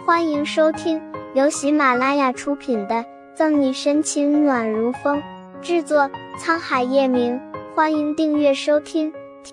欢迎收听由喜马拉雅出品的《赠你深情暖如风》，制作沧海夜明。欢迎订阅收听。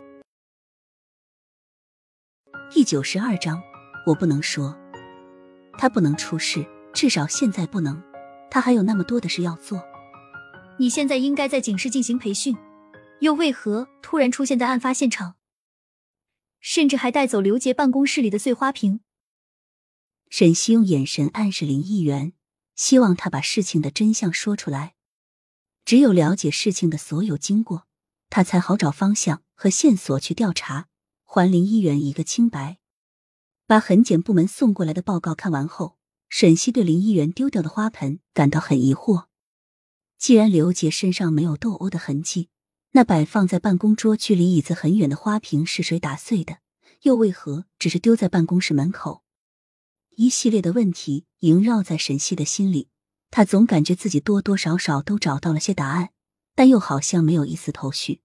第92章，我不能说。他不能出事，至少现在不能。他还有那么多的事要做。 你现在应该在警室进行培训，又为何突然出现在案发现场？甚至还带走刘杰办公室里的碎花瓶。 沈西用眼神暗示林议员，希望他把事情的真相说出来。只有了解事情的所有经过，他才好找方向和线索去调查，还林议员一个清白。把痕检部门送过来的报告看完后，沈西对林议员丢掉的花盆感到很疑惑。既然刘杰身上没有斗殴的痕迹，那摆放在办公桌距离椅子很远的花瓶是谁打碎的，又为何只是丢在办公室门口？一系列的问题萦绕在沈西的心里，他总感觉自己多多少少都找到了些答案，但又好像没有一丝头绪。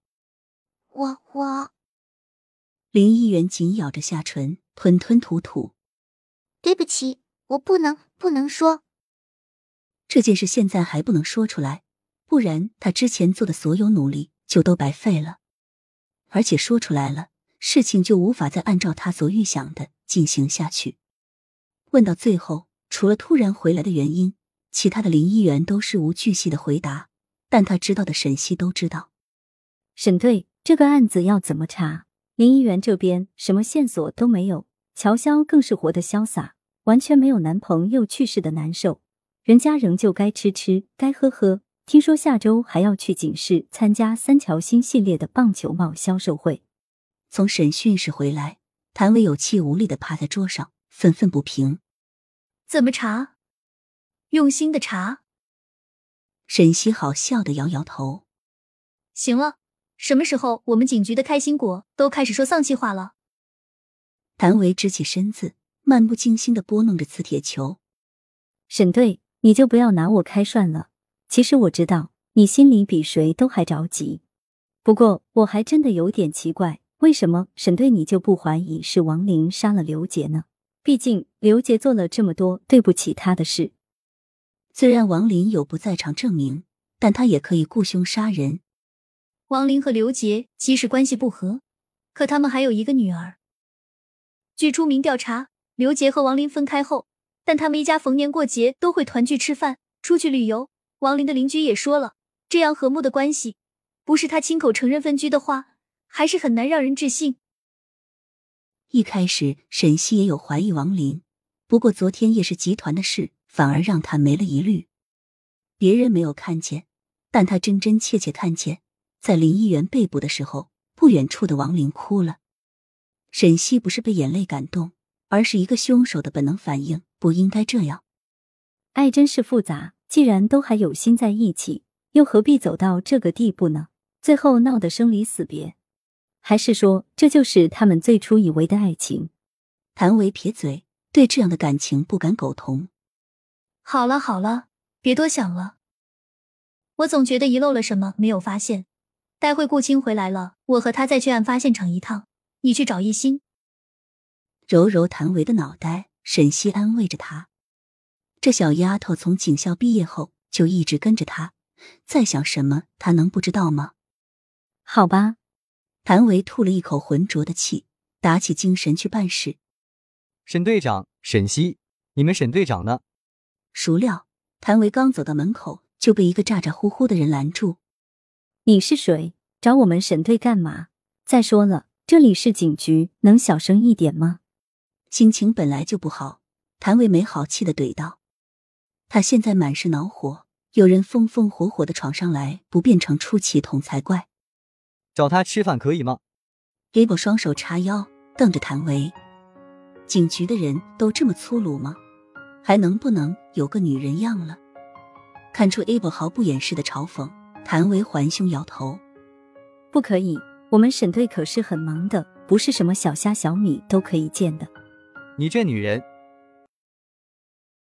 林议员紧咬着下唇，吞吞吐吐。 对不起，我不能说。 这件事现在还不能说出来，不然他之前做的所有努力就都白费了。而且说出来了，事情就无法再按照他所预想的进行下去。问到最后，除了突然回来的原因，其他的林议员都事无巨细的回答，但他知道的沈西都知道。 沈队，这个案子要怎么查？林议员这边什么线索都没有，乔潇更是活得潇洒，完全没有男朋友去世的难受，人家仍旧该吃吃，该喝喝。听说下周还要去警市参加三桥新系列的棒球帽销售会。 从审讯室回来，谭维有气无力地趴在桌上，愤愤不平。 怎么查？用心的查。 沈西好笑地摇摇头。 行了，什么时候我们警局的开心果都开始说丧气话了？ 谭维直起身子，漫不经心地拨弄着磁铁球。 沈队，你就不要拿我开涮了。其实我知道你心里比谁都还着急，不过我还真的有点奇怪，为什么沈队你就不怀疑是王林杀了刘杰呢？毕竟刘杰做了这么多对不起他的事。 虽然王林有不在场证明，但他也可以雇凶杀人。 王林和刘杰即使关系不和，可他们还有一个女儿。据出名调查，刘杰和王林分开后，但他们一家逢年过节都会团聚吃饭，出去旅游。王林的邻居也说了，这样和睦的关系，不是他亲口承认分居的话，还是很难让人置信。 一开始沈西也有怀疑王林，不过昨天叶氏集团的事反而让他没了疑虑。别人没有看见，但他真真切切看见，在林议员被捕的时候，不远处的王林哭了。沈西不是被眼泪感动，而是一个凶手的本能反应，不应该这样。 爱真是复杂，既然都还有心在一起，又何必走到这个地步呢？最后闹得生离死别，还是说这就是他们最初以为的爱情？ 谭维撇嘴，对这样的感情不敢苟同。 好了，别多想了。我总觉得遗漏了什么没有发现，待会顾青回来了，我和他再去案发现场一趟，你去找一心。 揉揉谭维的脑袋，沈西安慰着他。这小丫头从警校毕业后就一直跟着他，在想什么他能不知道吗？ 好吧。 谭维吐了一口浑浊的气，打起精神去办事。 沈队长，沈西，你们沈队长呢？ 孰料谭维刚走到门口，就被一个咋咋呼呼的人拦住。 你是谁？找我们沈队干嘛？再说了，这里是警局，能小声一点吗？ 心情本来就不好，谭维没好气地怼道。他现在满是恼火，有人风风火火地闯上来，不变成出气筒才怪。 找他吃饭可以吗？ Abel 双手叉腰，瞪着谭维。警局的人都这么粗鲁吗？还能不能有个女人样了？看出 Abel 毫不掩饰的嘲讽，谭维环胸摇头。 不可以，我们沈队可是很忙的，不是什么小虾小米都可以见的。 你这女人。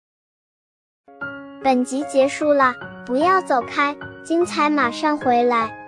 本集结束了，不要走开，精彩马上回来。